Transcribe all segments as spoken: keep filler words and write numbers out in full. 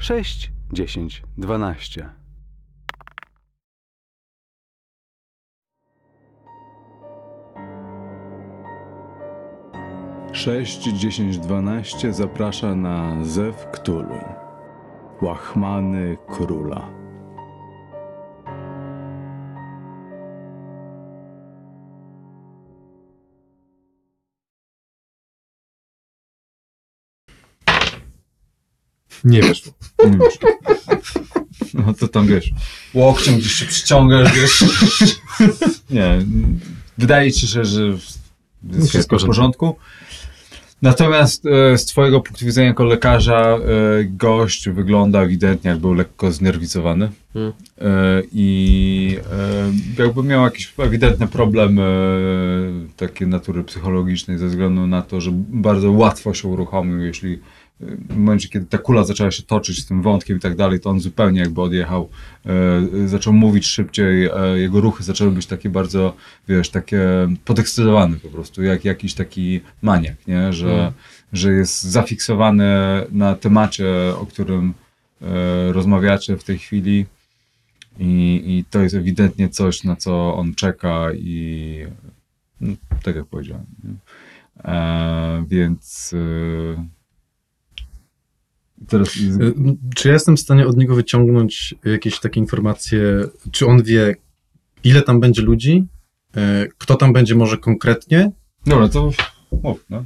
sześć, dziesięć, dwanaście. sześć, dziesięć, dwanaście zaprasza na Zew Cthulhu, łachmany króla. Nie weszło. Nie weszło. No to tam wiesz, łokciem gdzieś się przyciągasz, wiesz. Nie, wydaje ci się, że jest wszystko w porządku. Natomiast e, z twojego punktu widzenia jako lekarza e, gość wygląda ewidentnie, jak był lekko znerwicowany hmm. e, i e, jakby miał jakieś ewidentne problemy e, takie natury psychologicznej ze względu na to, że bardzo łatwo się uruchomił, jeśli w momencie, kiedy ta kula zaczęła się toczyć z tym wątkiem i tak dalej, to on zupełnie jakby odjechał, e, zaczął mówić szybciej, e, jego ruchy zaczęły być takie bardzo, wiesz, takie podekscytowane po prostu, jak jakiś taki maniak, nie? Że, mm. że jest zafiksowany na temacie, o którym e, rozmawiacie w tej chwili i, i to jest ewidentnie coś, na co on czeka i no, tak jak powiedziałem. Nie? E, więc... E, Teraz... Czy ja jestem w stanie od niego wyciągnąć jakieś takie informacje, czy on wie, ile tam będzie ludzi, kto tam będzie może konkretnie? Dobra, to mów, no.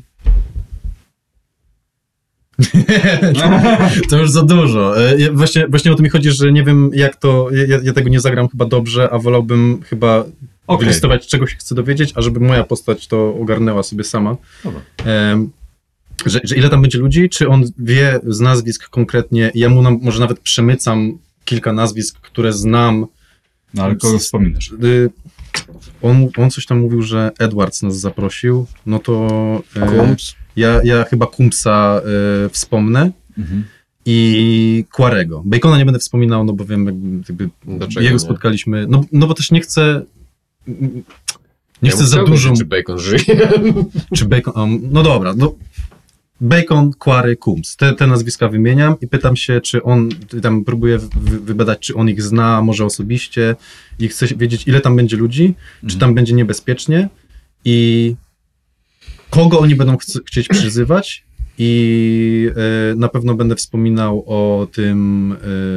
to, to już za dużo. Właśnie, właśnie o to mi chodzi, że nie wiem jak to, ja, ja tego nie zagram chyba dobrze, a wolałbym chyba okay. wylistować, czego się chcę dowiedzieć, a żeby moja postać to ogarnęła sobie sama. Dobra. Um, Że, że ile tam będzie ludzi, czy on wie z nazwisk konkretnie, ja mu nam, może nawet przemycam kilka nazwisk, które znam. No ale kogo wspominasz? Y, on, on coś tam mówił, że Edwards nas zaprosił, no to y, ja, ja chyba Kumpsa y, wspomnę mhm. i Quarego. Bacona nie będę wspominał, no bo wiem, jakby, jakby jego nie? spotkaliśmy, no, no bo też nie chcę... Nie ja chcę za dużo... Czy Bacon żyje? Czy Bacon... Um, no dobra, no... Bacon, Quarry, Coombs. Te, te nazwiska wymieniam i pytam się, czy on, tam próbuję wy, wybadać, czy on ich zna, może osobiście i chcę wiedzieć, ile tam będzie ludzi, mm. czy tam będzie niebezpiecznie i kogo oni będą ch- chcieć przyzywać i y, na pewno będę wspominał o tym,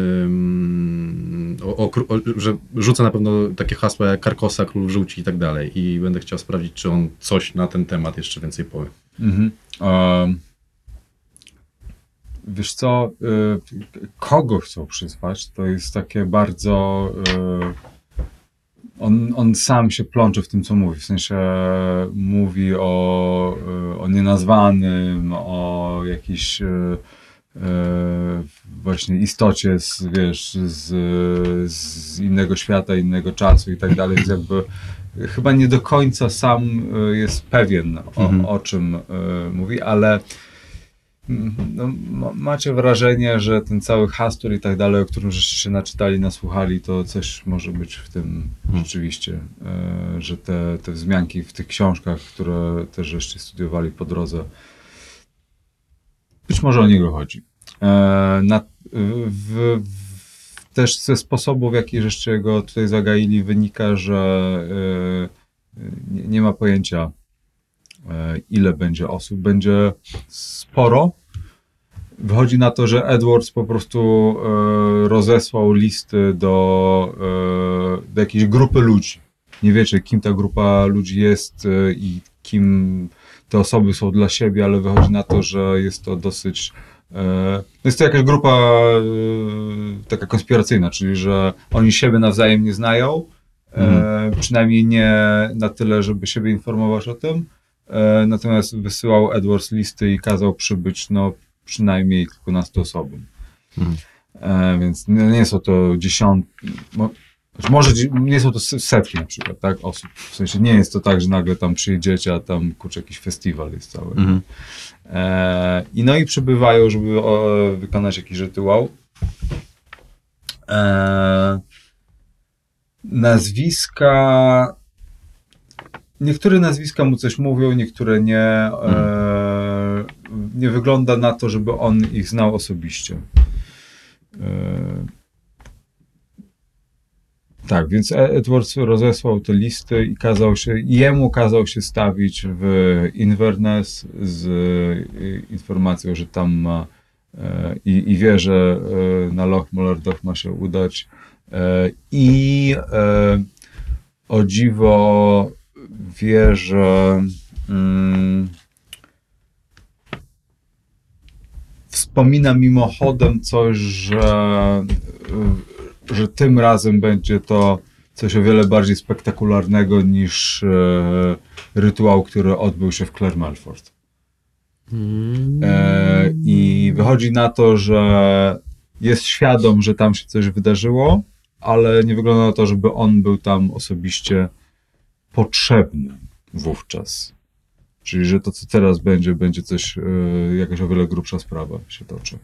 y, o, o, o, że rzucę na pewno takie hasła jak Karkosa, Król Żółci i tak dalej i będę chciał sprawdzić, czy on coś na ten temat jeszcze więcej powie. Mhm. Um. Wiesz co, y, kogo chcą przyzwać, to jest takie bardzo... Y, on, on sam się plącze w tym, co mówi. W sensie mówi o, y, o nienazwanym, o jakiejś y, y, właśnie istocie z, wiesz, z, z innego świata, innego czasu i tak dalej. Więc jakby chyba nie do końca sam y, jest pewien, o, mhm. o czym y, mówi, ale no, macie wrażenie, że ten cały hastur i tak dalej, o którym żeście się naczytali, nasłuchali, to coś może być w tym hmm. rzeczywiście, e, że te, te wzmianki w tych książkach, które też żeście studiowali po drodze, być może o niego chodzi. E, na, w, w, też ze sposobu, w jaki żeście go tutaj zagaili, wynika, że e, nie, nie ma pojęcia, ile będzie osób, będzie sporo. Wychodzi na to, że Edwards po prostu e, rozesłał listy do, e, do jakiejś grupy ludzi. Nie wiecie, kim ta grupa ludzi jest e, i kim te osoby są dla siebie, ale wychodzi na to, że jest to dosyć... E, jest to jakaś grupa e, taka konspiracyjna, czyli że oni siebie nawzajem nie znają, e, mhm. przynajmniej nie na tyle, żeby siebie informować o tym. Natomiast wysyłał Edwards listy i kazał przybyć no, przynajmniej kilkunastu osobom. Hmm. E, więc nie, nie są to dziesiątki, mo, może nie są to setki na przykład, tak, osób. W sensie nie jest to tak, że nagle tam przyjedziecie, a tam kurczę, jakiś festiwal jest cały. Hmm. E, I no i przybywają, żeby o, wykonać jakiś rytuał. E, nazwiska... Niektóre nazwiska mu coś mówią, niektóre nie. E, nie wygląda na to, żeby on ich znał osobiście. Tak, więc Edwards rozesłał te listy i kazał się, jemu kazał się stawić w Inverness z informacją, że tam ma i, i wie, że na Loch Mollerdach ma się udać. I o dziwo wie, że mm, wspomina mimochodem coś, że że tym razem będzie to coś o wiele bardziej spektakularnego niż e, rytuał, który odbył się w Clare Melford. E, I wychodzi na to, że jest świadom, że tam się coś wydarzyło, ale nie wygląda na to, żeby on był tam osobiście potrzebny wówczas. Czyli, że to, co teraz będzie, będzie coś, e, jakaś o wiele grubsza sprawa się toczy.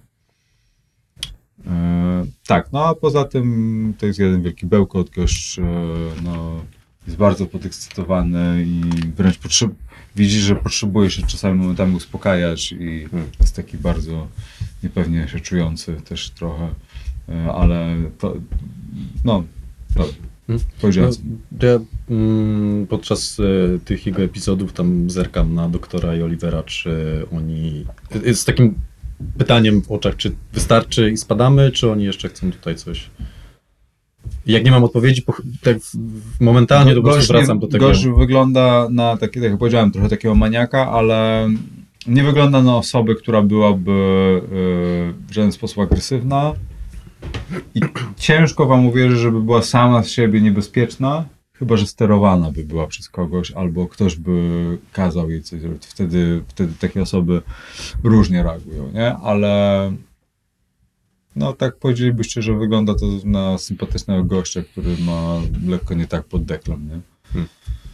E, tak, no a poza tym to jest jeden wielki bełkot, gość e, no, jest bardzo podekscytowany i wręcz potrzeb, widzi, że potrzebuje się czasami momentami uspokajać i jest taki bardzo niepewnie się czujący też trochę, e, ale to, no, dobra, powiedziałem. No, ja mm, podczas y, tych jego epizodów tam zerkam na doktora i Olivera, czy oni, y, z takim pytaniem w oczach, czy wystarczy i spadamy, czy oni jeszcze chcą tutaj coś? I jak nie mam odpowiedzi, po, tak w, w momentalnie po prostu wracam do tego. Gość wygląda na, taki, tak jak powiedziałem, trochę takiego maniaka, ale nie wygląda na osobę, która byłaby yy, w żaden sposób agresywna i ciężko wam uwierzyć, żeby była sama z siebie niebezpieczna, chyba że sterowana by była przez kogoś, albo ktoś by kazał jej coś zrobić. Wtedy, wtedy takie osoby różnie reagują, nie? Ale no tak powiedzielibyście, że wygląda to na sympatycznego gościa, który ma lekko nie tak pod deklem, nie? Hmm.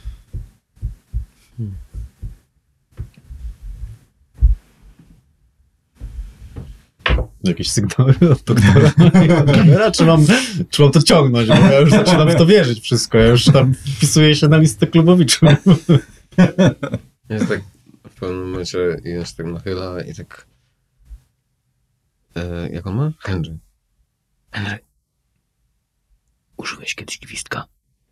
Hmm. Jakieś sygnały od doktora? czy, mam, czy mam to ciągnąć? Bo ja już zaczynam w to wierzyć wszystko. Ja już tam wpisuję się na listę klubowiczów. Jest tak w pewnym momencie i się tak nachyla i tak... E, jak on ma? Henry. Henry. Użyłeś kiedyś gwizdka?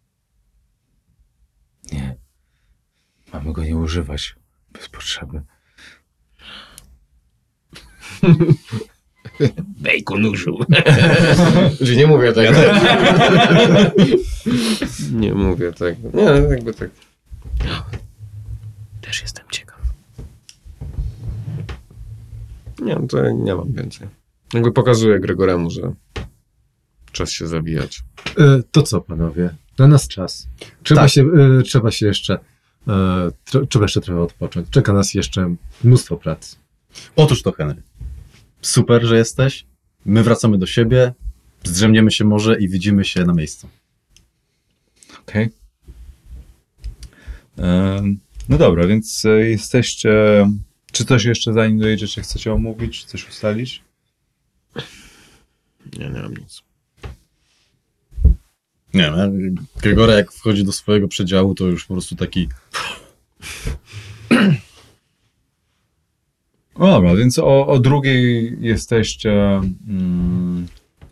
Nie. Mamy go nie używać. Bez potrzeby. Bacon użył. Że nie mówię tak. Nie mówię tak. Nie, jakby tak. Też jestem ciekaw. Nie, no to nie mam więcej. Jakby pokazuję Gregoremu, że czas się zawijać. E, to co, panowie? Na nas czas. Trzeba, Tak. się, e, trzeba się jeszcze e, tr- trzeba jeszcze trochę odpocząć. Czeka nas jeszcze mnóstwo pracy. Otóż to, Henry. Super, że jesteś. My wracamy do siebie, zdrzemniemy się może i widzimy się na miejscu. Okej. Okay. No dobra, więc jesteście... Czy coś jeszcze zanim dojedziecie chcecie omówić? Czy coś ustalić? Nie, nie mam nic. Nie wiem, Gregora jak wchodzi do swojego przedziału, to już po prostu taki... No dobra, więc o, o drugiej jesteście mm,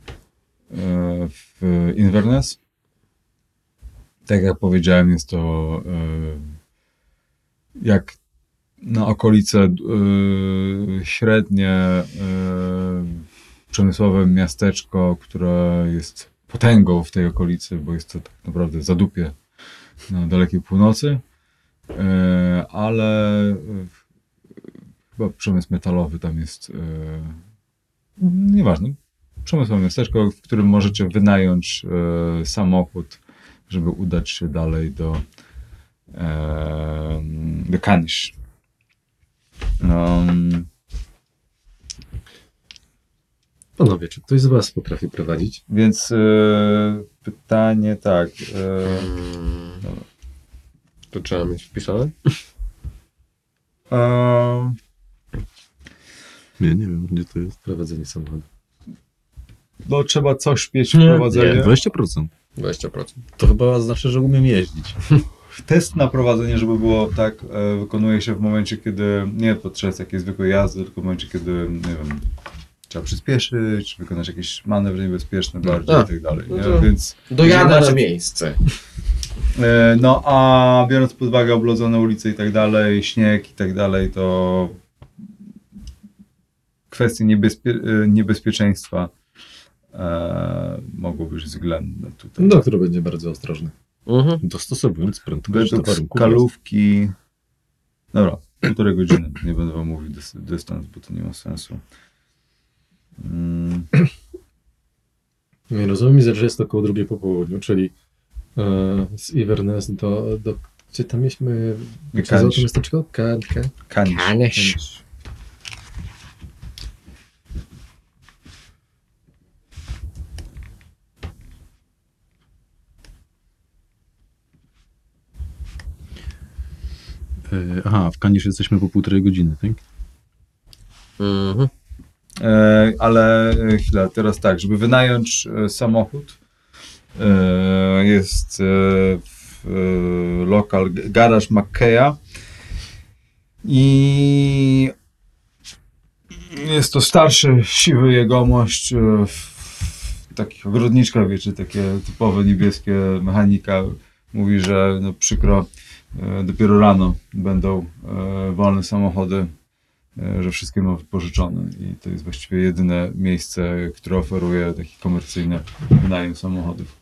w Inverness. Tak jak powiedziałem, jest to y, jak na okolice y, średnie y, przemysłowe miasteczko, które jest potęgą w tej okolicy, bo jest to tak naprawdę zadupie na dalekiej północy, y, ale y, chyba przemysł metalowy tam jest, y, nieważne, przemysłowe miasteczko, w którym możecie wynająć y, samochód, żeby udać się dalej do, e, do Canish. Um, Panowie, czy ktoś z was potrafi prowadzić? więc e, pytanie tak. E, Hmm. To trzeba mieć wpisane? e, Nie, nie wiem, gdzie to jest. Prowadzenie samochodu. no trzeba coś mieć w prowadzeniu. dwadzieścia procent. dwadzieścia procent. To chyba znaczy, że umiem jeździć. Test na prowadzenie, żeby było tak, e, wykonuje się w momencie, kiedy nie podczas jakiejś zwykłej jazdy, tylko w momencie, kiedy, nie wiem, trzeba przyspieszyć, wykonać jakiś manewr niebezpieczny bardziej A, i tak dalej. no Nie? to- Więc Dojada Jeżeli na macie- miejsce. E, No a biorąc pod uwagę oblodzone ulice i tak dalej, śnieg i tak dalej, to kwestie niebezpie- e, niebezpieczeństwa e, mogą być względne tutaj. Doktor będzie bardzo ostrożny. Mhm. Dostosowując prędkość do Według warunków. skalówki... Dobra, półtorej godziny. Nie będę wam mówił dys- dystans, bo to nie ma sensu. Mm, Nie rozumiem, że jest to około drugiej po południu, czyli e, z Inverness do, do... Gdzie tam mieliśmy... Kanisz. Przez to miasteczko? Kan, kan. Kanisz. Kaniesz. E, aha, w Kanisz jesteśmy po półtorej godziny, tak? Mhm. E, ale e, chwila, teraz tak, żeby wynająć e, samochód, e, jest e, w, e, lokal g- garaż McKeya i jest to starszy, siwy jegomość e, w w takich ogrodniczkach, wiecie, takie typowe niebieskie mechanika. Mówi, że no przykro, e, dopiero rano będą e, wolne samochody, e, że wszystkie ma wypożyczone i to jest właściwie jedyne miejsce, które oferuje taki komercyjny wynajem samochodów.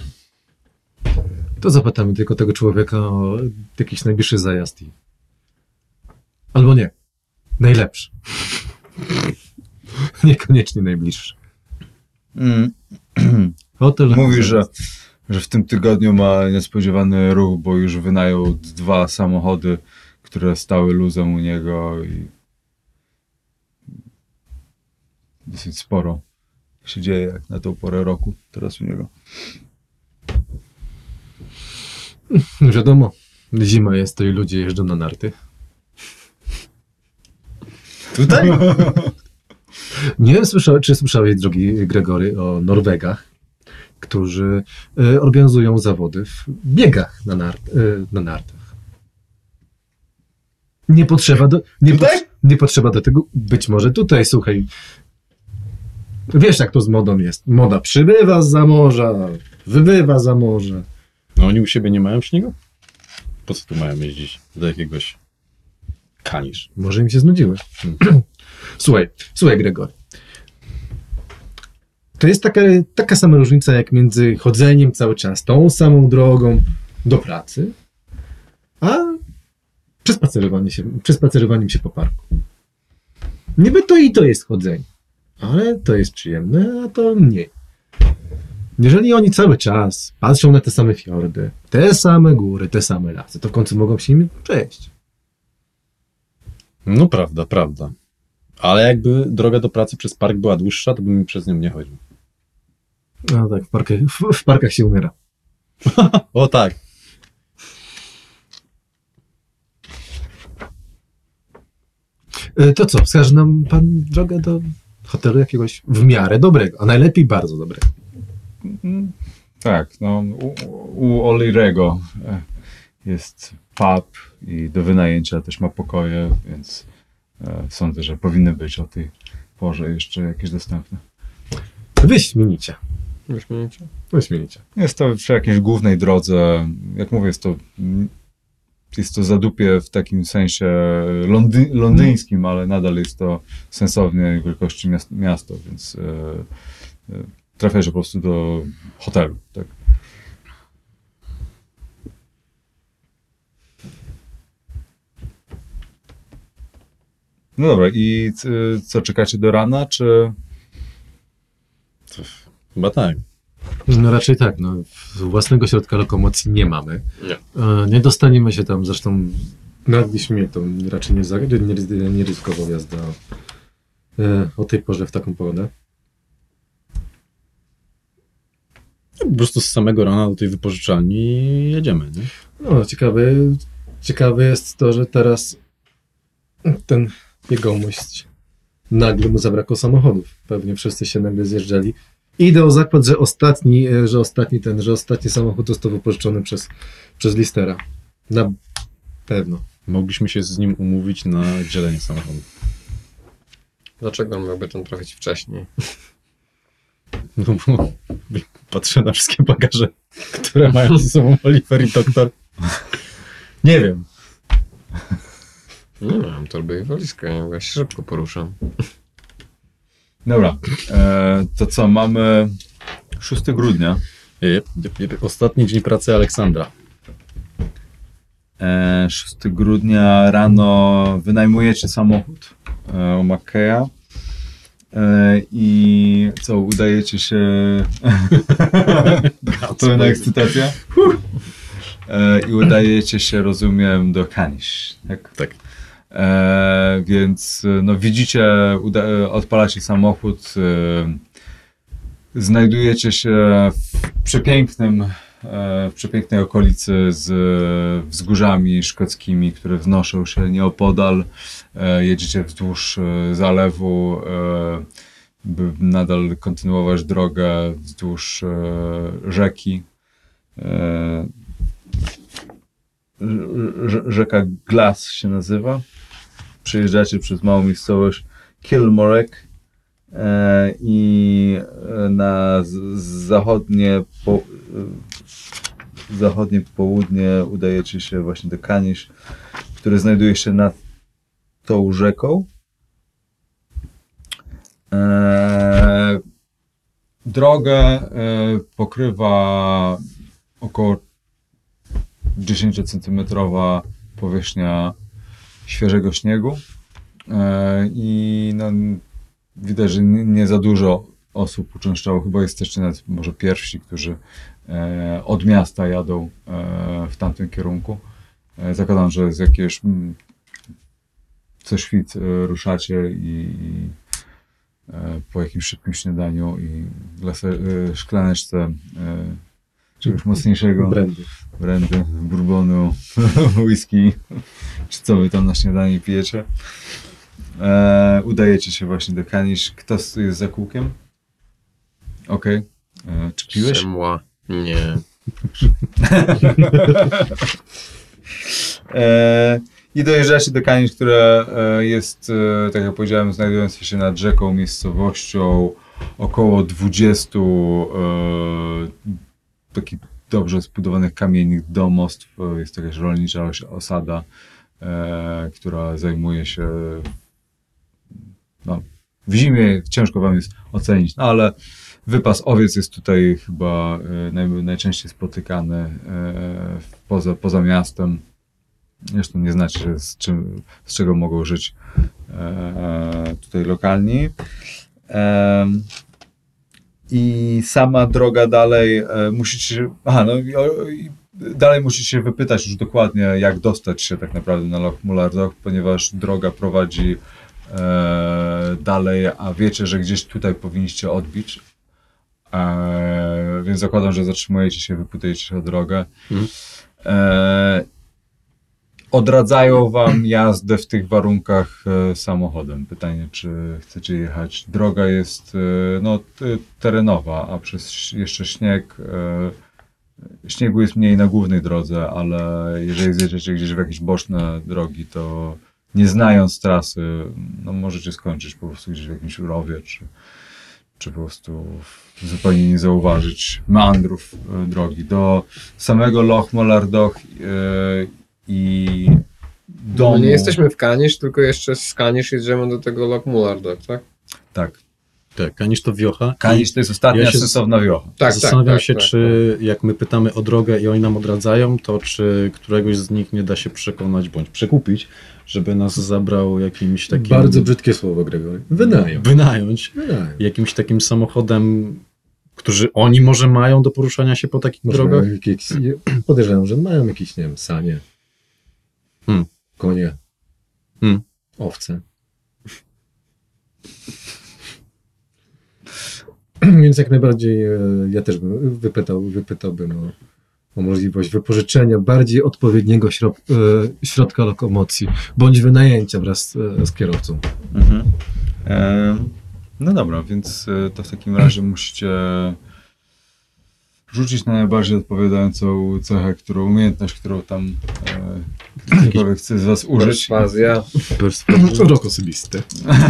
To zapytamy tylko tego człowieka o jakiś najbliższy zajazd. i- Albo nie. Najlepszy. Niekoniecznie najbliższy. Mm. Hotel. Mówi, że, że w tym tygodniu ma niespodziewany ruch, bo już wynajął dwa samochody, które stały luzem u niego i dosyć sporo się dzieje jak na tą porę roku teraz u niego. Wiadomo, zima jest, to i ludzie jeżdżą na narty. Tutaj? Nie wiem, słysza, czy słyszałeś, drogi Gregory, o Norwegach, którzy e, organizują zawody w biegach na, nart, e, na nartach. Nie potrzeba do, nie, Tutaj? pot- nie potrzeba do tego, być może tutaj, słuchaj. Wiesz, jak to z modą jest. Moda przybywa z morza, wybywa za morze. No oni u siebie nie mają śniegu? Po co tu mają jeździć do jakiegoś Kanisz? Może im się znudziły. Słuchaj, słuchaj, Gregory. To jest taka, taka sama różnica jak między chodzeniem cały czas tą samą drogą do pracy, a przespacerowanie się, przespacerowaniem się po parku. Niby to i to jest chodzenie, ale to jest przyjemne, a to mniej. Jeżeli oni cały czas patrzą na te same fiordy, te same góry, te same lasy, to w końcu mogą się nimi przejść. No prawda, prawda. Ale jakby droga do pracy przez park była dłuższa, to bym przez nią nie chodził. No tak, w, parkach, w, w parkach się umiera. O tak. E, To co, wskaże nam pan drogę do hotelu jakiegoś w miarę dobrego, a najlepiej bardzo dobrego. Tak, no u, u Olirego e, jest pub i do wynajęcia też ma pokoje, więc e, sądzę, że powinny być o tej porze jeszcze jakieś dostępne. Wyśmienicie. Wyśmienicie? Wyśmienicie. Jest to przy jakiejś głównej drodze, jak mówię, jest to, jest to zadupie w takim sensie londy, londyńskim, ale nadal jest to sensownie wielkości miast, miasto, więc e, e, trafiasz po prostu do hotelu, tak. No dobra, i c- co, czekacie do rana, czy... Chyba tak. No raczej tak, no. Własnego środka lokomocji nie mamy. Nie. E, Nie dostaniemy się tam, zresztą nawet mnie to raczej nie, za- nie, ryzy- nie ryzykował jazda e, o tej porze w taką pogodę. Po prostu z samego rana do tej wypożyczalni jedziemy, nie? No, ciekawe, ciekawe jest to, że teraz ten jegomość nagle mu zabrakło samochodów. Pewnie wszyscy się nagle zjeżdżali. Idę o zakład, że ostatni, e, że ostatni ten, że ostatni samochód został wypożyczony przez, przez Listera. Na pewno. Mogliśmy się z nim umówić na dzielenie samochodu. Dlaczego on miałby tam trafić wcześniej? No bo patrzę na wszystkie bagaże, które mają ze sobą Oliver i doktor. Nie wiem. Nie mam torby i walizkę, ja się szybko poruszam. Dobra, e, to co, mamy szóstego grudnia. Jep, jep, jep. Ostatni dzień pracy Aleksandra. E, szóstego grudnia rano wynajmujecie samochód e, u Mackeya e, i co, udajecie się... Pełna ekscytacja? E, I udajecie się, rozumiem, do Kanish, tak? Tak. E, więc no, widzicie, uda- odpalacie samochód, e, znajdujecie się w przepięknym, e, w przepięknej okolicy z wzgórzami szkockimi, które wznoszą się nieopodal. E, jedziecie wzdłuż e, zalewu, e, by nadal kontynuować drogę wzdłuż e, rzeki. E, rz- rzeka Glass się nazywa. Przejeżdżacie przez małą miejscowość Kilmorek e, i na z- zachodnie, po, e, zachodnie południe udajecie się właśnie do Kanish, który znajduje się nad tą rzeką. E, drogę e, pokrywa około dziesięciocentymetrowa powierzchnia świeżego śniegu e, i no, widać, że nie, nie za dużo osób uczęszczało. Chyba jesteście nawet może pierwsi, którzy e, od miasta jadą e, w tamtym kierunku. E, zakładam, że z jakiegoś mm, co świt e, ruszacie i, i e, po jakimś szybkim śniadaniu i lase, e, szklaneczce e, czegoś mocniejszego. Brandy. Brandy, bourbonu, whisky, czy co wy tam na śniadanie pijecie. E, udajecie się właśnie do Kanish. Kto jest za kółkiem? Okej. Okay. Czy piłeś? Szemła. Nie. E, I dojeżdżacie do Kanish, które e, jest, e, tak jak powiedziałem, znajdujące się nad rzeką, miejscowością około dwudziestu e, takich dobrze zbudowanych kamiennych domostw. Jest jakaś rolnicza oś- osada, e, która zajmuje się, no, w zimie ciężko wam jest ocenić, no, ale wypas owiec jest tutaj chyba e, naj, najczęściej spotykany e, poza, poza miastem. Zresztą nie znacie, się z, czym, z czego mogą żyć e, tutaj lokalni. E, I sama droga dalej e, musicie się, aha, no, i, o, i dalej musicie się wypytać już dokładnie, jak dostać się tak naprawdę na Loch Mulardoch, ponieważ droga prowadzi e, dalej, a wiecie, że gdzieś tutaj powinniście odbić. E, więc zakładam, że zatrzymujecie się, wypytujecie się o drogę. Mhm. E, Odradzają wam jazdę w tych warunkach e, samochodem. Pytanie, czy chcecie jechać. Droga jest e, no, t- terenowa, a przez ś- jeszcze śnieg. E, śniegu jest mniej na głównej drodze, ale jeżeli zjedziecie gdzieś w jakieś boczne drogi, to nie znając trasy, no, możecie skończyć po prostu gdzieś w jakimś rowie, czy, czy po prostu zupełnie nie zauważyć meandrów e, drogi. Do samego Loch Mulardoch e, i domu. No nie jesteśmy w Kanish, tylko jeszcze z Kanish jedziemy do tego Loch Mulardoch, tak? Tak. Tak, Kanish to wiocha. Kanish to jest ostatnia Ja się- sensowna wiocha. Tak, Zastanawiam tak, tak, się, tak, czy jak my pytamy o drogę i oni nam odradzają, to czy któregoś z nich nie da się przekonać bądź przekupić, żeby nas zabrał jakimś takim... Bardzo brzydkie słowo, Gregory. Wynajem. Wynająć. Wynajem. Jakimś takim samochodem, którzy oni może mają do poruszania się po takich Może drogach. mają jakieś, podejrzewam, że mają jakieś, nie wiem, sanie, Hmm. konie, Hmm. owce. Więc jak najbardziej e, ja też bym wypytał, wypytałbym o, o możliwość wypożyczenia bardziej odpowiedniego środ, e, środka lokomocji, bądź wynajęcia wraz e, z kierowcą. Mhm. E, no dobra, więc e, to w takim razie musicie rzucić na najbardziej odpowiadającą cechę, którą, umiejętność, którą tam e, ktokolwiek chce z was użyć. Perswazja. Rok osobisty.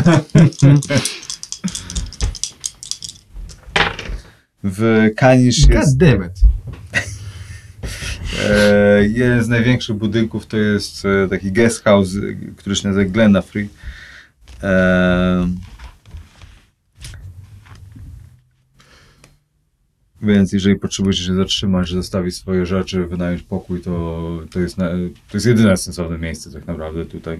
W Kanisz God jest damn it. e, jeden z największych budynków, to jest e, taki guest house, e, który się nazywa Glenafree. E, Więc jeżeli potrzebujecie się zatrzymać, zostawić swoje rzeczy, wynająć pokój, to, to, jest, na, to jest jedyne sensowne miejsce tak naprawdę tutaj.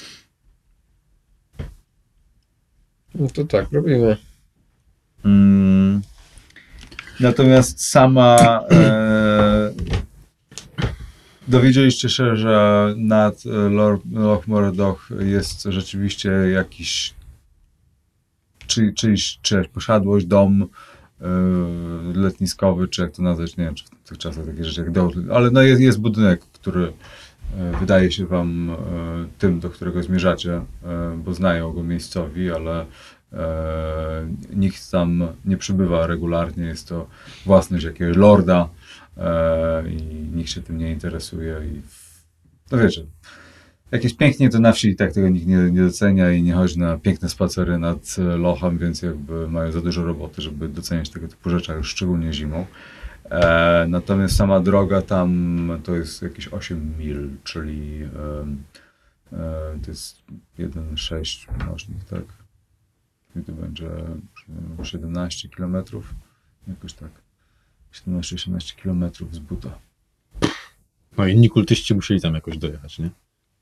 No to tak, robimy. Mm. Natomiast sama e, dowiedzieliście się, że nad Lor- Loch Mordoch jest rzeczywiście jakiś czy, czyjś, czyjaś posiadłość, dom Yy, letniskowy, czy jak to nazwać, nie wiem, czy w tych czasach takie rzeczy jak dom, ale no jest, jest budynek, który yy, wydaje się wam yy, tym, do którego zmierzacie, yy, bo znają go miejscowi, ale yy, nikt tam nie przybywa regularnie, jest to własność jakiegoś lorda yy, i nikt się tym nie interesuje i no wiecie, jak jest pięknie, to na wsi i tak tego nikt nie, nie docenia i nie chodzi na piękne spacery nad lochem, więc jakby mają za dużo roboty, żeby doceniać tego typu rzeczy, szczególnie zimą. E, natomiast sama droga tam to jest jakieś osiem mil, czyli e, e, to jest jeden przecinek sześć mnożnik, tak? I to będzie siedemnaście kilometrów, jakoś tak. siedemnaście osiemnaście kilometrów z buta. No inni kultyści musieli tam jakoś dojechać, nie?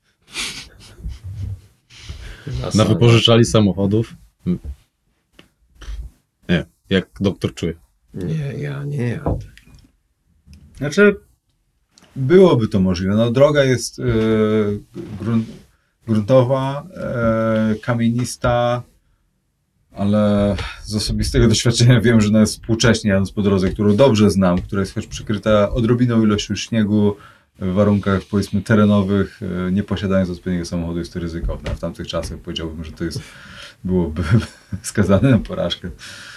Na wypożyczali samochodów. Nie, jak doktor czuje. Nie, ja nie jadę. Znaczy, byłoby to możliwe. No, droga jest e, grunt, gruntowa, e, kamienista, ale z osobistego doświadczenia wiem, że nawet współcześnie jadąc po drodze, którą dobrze znam, która jest choć przykryta odrobiną ilością śniegu, w warunkach, powiedzmy, terenowych, nie posiadając odpowiedniego samochodu, jest to ryzykowne. A w tamtych czasach powiedziałbym, że to jest, byłoby skazane na porażkę.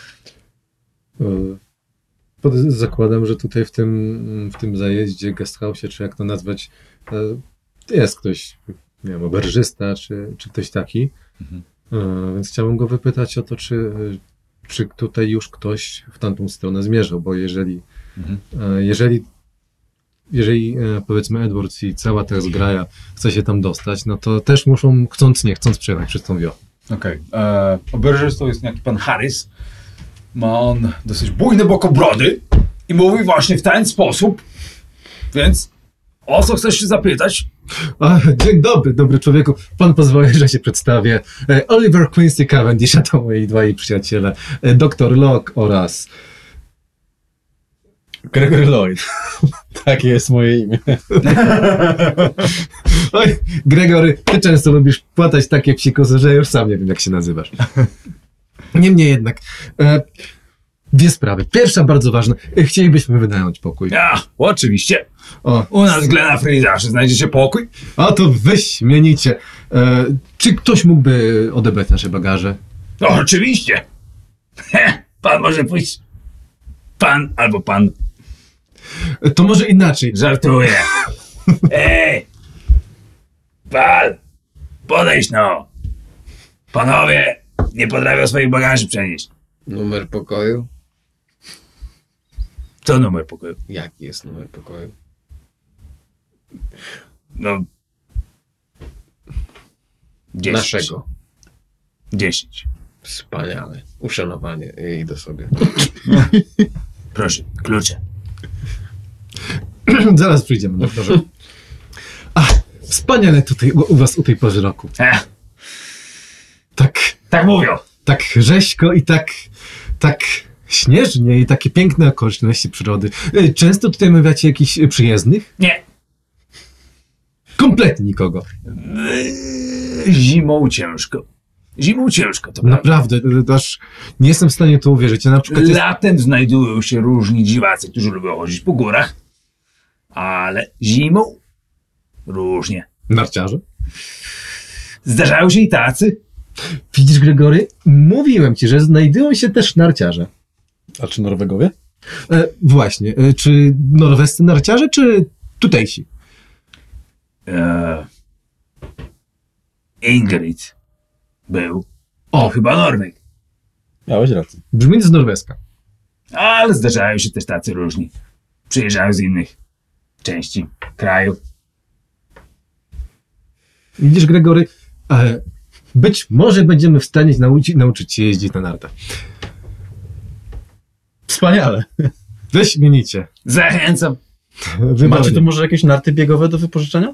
Pod, zakładam, że tutaj w tym, w tym zajeździe, guesthouse, czy jak to nazwać, jest ktoś, nie wiem, oberżysta, czy, czy ktoś taki. Mhm. Więc chciałbym go wypytać o to, czy, czy tutaj już ktoś w tamtą stronę zmierzał, bo jeżeli, Mhm. jeżeli jeżeli e, powiedzmy Edwards i cała ta zgraja chce się tam dostać, no to też muszą, chcąc nie chcąc, przejechać przez tą wioskę. Okej. Okay. Oberżystą jest jakiś pan Harris. Ma on dosyć bujne bokobrody i mówi właśnie w ten sposób. Więc o co chcesz się zapytać? A, dzień dobry, dobry człowieku. Pan pozwoli, że się przedstawię. E, Oliver Quincy Cavendish, a to moi dwaj przyjaciele. E, doktor Locke oraz Gregory Lloyd. Takie jest moje imię. Oj, Gregory, ty często lubisz płatać takie psikusy, że już sam nie wiem, jak się nazywasz. Niemniej jednak, e, dwie sprawy. Pierwsza, bardzo ważna. E, chcielibyśmy wynająć pokój. Ja, oczywiście. O, U nas w Glenafree zawsze znajdziecie pokój. a to wyśmienicie. E, czy ktoś mógłby odebrać nasze bagaże? No oczywiście. He, pan może pójść. Pan albo pan. E, to może inaczej. Żartuję. Ej! Pan! Podejdź no! Panowie nie potrafią swoich bagaży przenieść. Numer pokoju? Co numer pokoju? Jaki jest numer pokoju? No... dziesięć. Naszego. Dziesięć. Wspaniale. Uszanowanie. I idę sobie. Proszę, klucze. Zaraz przyjdziemy, doktorze. A, wspaniale tutaj u, u was u tej porze roku. He, Tak, tak mówią. tak rzeźko i tak, tak śnieżnie i takie piękne okoliczności przyrody. E, Często tutaj mawiacie jakichś przyjezdnych? Nie. Kompletnie nikogo. Yy, Zimą ciężko. Zimą ciężko, to prawda. Naprawdę, e, aż nie jestem w stanie to uwierzyć. Ja na przykład jest... Latem znajdują się różni dziwacy, którzy lubią chodzić po górach, ale zimą różnie. narciarze. Zdarzają się i tacy. Widzisz, Gregory? Mówiłem ci, że znajdują się też narciarze. A czy Norwegowie? E, właśnie, e, czy norwescy narciarze, czy tutejsi? Eee, Ingrid był. O. O, chyba Norweg. Miałeś rację. Brzmi z norweska. Ale zdarzają się też tacy różni. Przyjeżdżają z innych części kraju. Widzisz, Gregory, e, być może będziemy w stanie nauczyć, nauczyć się jeździć na nartach. Wspaniale. Wyśmienicie. Zachęcam. Wybornie. Macie tu może jakieś narty biegowe do wypożyczenia?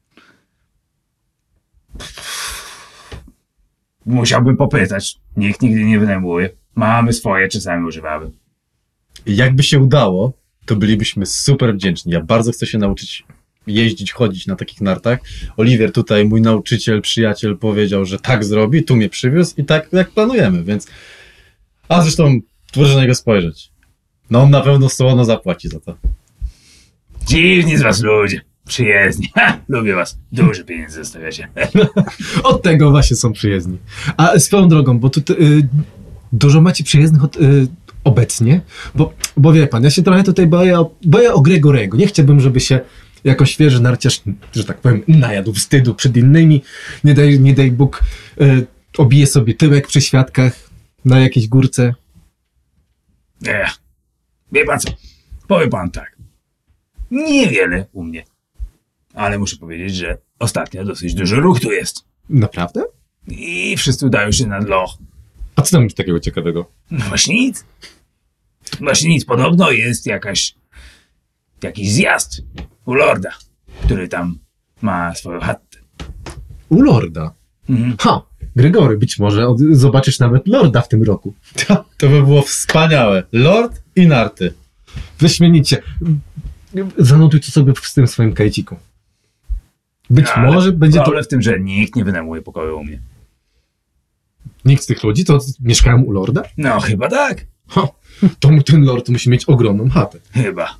Musiałbym popytać. Nikt nigdy nie wynajmuje. Mamy swoje, czasami używamy. Jakby się udało, to bylibyśmy super wdzięczni. Ja bardzo chcę się nauczyć jeździć, chodzić na takich nartach. Oliwier tutaj, mój nauczyciel, przyjaciel, powiedział, że tak zrobi, tu mnie przywiózł i tak jak planujemy, więc... A zresztą proszę na niego spojrzeć. No on na pewno słono zapłaci za to. Dziwni z was ludzie. Przyjezdni. Ha, lubię was. Dużo pieniędzy zostawiacie. Od tego właśnie są przyjezdni. A swoją drogą, bo tu y, dużo macie przyjezdnych od, y, obecnie, bo, bo wie pan, ja się trochę tutaj boję, o- boję o Gregorego. Nie chciałbym, żeby się jako świeży narciarz, że tak powiem, najadł wstydu przed innymi. Nie daj, nie daj Bóg, y, obije sobie tyłek przy świadkach na jakiejś górce. Nie. Wie pan co? Powiem pan tak. Niewiele u mnie. Ale muszę powiedzieć, że ostatnio dosyć duży ruch tu jest. Naprawdę? I wszyscy udają się na loch. A co tam jest takiego ciekawego? No właśnie nic. Właśnie nic. Podobno jest jakaś... jakiś zjazd u lorda, który tam ma swoją chatę. U lorda. Mhm. Ha! Gregory, być może od, zobaczysz nawet lorda w tym roku. To by było wspaniałe. Lord i narty. Wyśmienicie. Zanotuj to sobie w tym swoim kajciku. Być Ale może będzie to... problem w tym, że nikt nie wynajmuje pokoju u mnie. Nikt z tych ludzi to mieszkają u lorda? No chyba tak. Ha, to mu- ten lord musi mieć ogromną chatę. Chyba.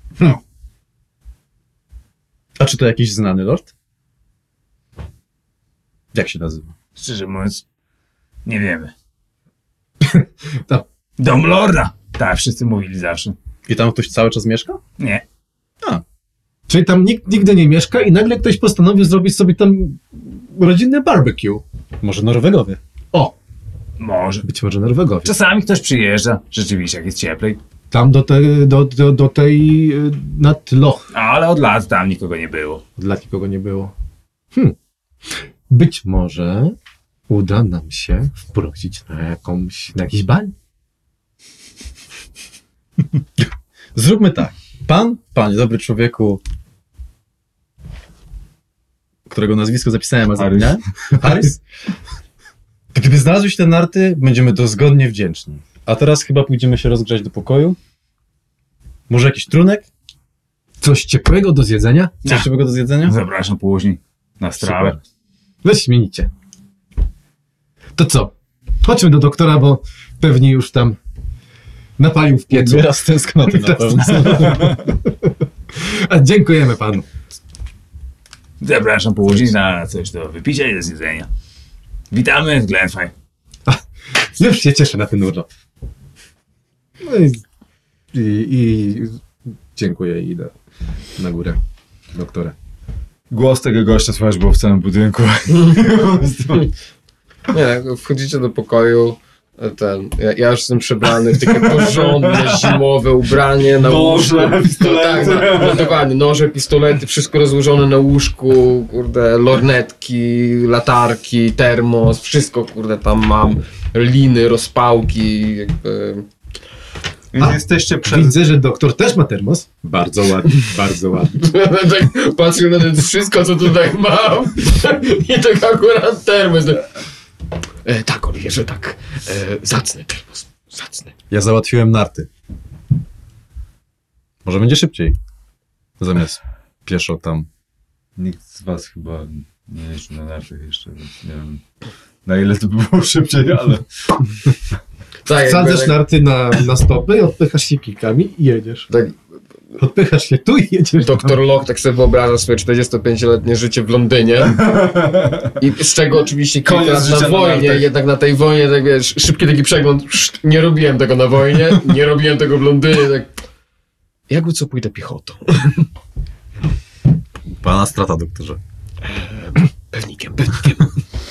A czy to jakiś znany lord? Jak się nazywa? Szczerze mówiąc, nie wiemy. Tak. Dom lorda. Tak, wszyscy mówili zawsze. I tam ktoś cały czas mieszka? Nie. Czyli tam nikt nigdy nie mieszka i nagle ktoś postanowił zrobić sobie tam rodzinne barbecue. Może Norwegowie? O, Może. być może Norwegowie. Czasami ktoś przyjeżdża, rzeczywiście, jak jest cieplej. Tam do, te, do, do, do tej y, nad loch. Ale od lat tam nikogo nie było. Dla nikogo nie było. Hmm. Być może uda nam się wprosić na jakąś, na jakiś bal. Zróbmy tak. Pan, panie dobry człowieku, którego nazwisko zapisałem, a Harris. zapomniałem. Harris. Gdyby znalazłeś te narty, będziemy dozgodnie wdzięczni. A teraz chyba pójdziemy się rozgrzać do pokoju. Może jakiś trunek? Coś ciepłego do zjedzenia? Coś ciepłego do zjedzenia? Zapraszam później na strawę. Super. Wyśmienicie. To co? Chodźmy do doktora, bo pewnie już tam napalił w piecu. Wyraz tęsknoty na pewno. A dziękujemy panu. Zapraszam później na coś do wypicia i do zjedzenia. Witamy w Glenfire. Już się cieszę na ten urlop. No i, i, i dziękuję i idę na górę doktora. Głos tego gościa słychać było w całym budynku. Nie, wchodzicie do pokoju, ten, ja, ja już jestem przebrany w takie porządne, zimowe ubranie na łóżku. Noże, pistolety. No, tak, no, no, dokładnie, noże, pistolety, wszystko rozłożone na łóżku, kurde, lornetki, latarki, termos, wszystko, kurde, tam mam, liny, rozpałki, jakby... Więc jesteście przed... Widzę, że doktor też ma termos. Bardzo ładnie, bardzo ładnie. tak patrzę na to wszystko, co tutaj mam i tak akurat termos. E, tak, Oliwierze, tak, e, zacny termos, zacny. Ja załatwiłem narty. Może będzie szybciej. Zamiast pieszo tam. Nikt z was chyba nie jeździł na naszych jeszcze, więc nie wiem na ile to by było szybciej, ale... Tak, jakby Wsadzasz tak- narty na, na stopy, odpychasz się kikami i jedziesz. Tak, Odpychasz się tu i jedziesz Doktor Locke tak sobie wyobraża swoje czterdziestopięcioletnie życie w Londynie. I z czego oczywiście kilka Koniec lat życia na na wojnie, nartach. jednak na tej wojnie, tak wiesz, szybki taki przegląd. Szt, nie robiłem tego na wojnie, nie robiłem tego w Londynie, tak. Jakby co, pójdę piechotą. Pana strata, doktorze. Pewnikiem, pewnikiem.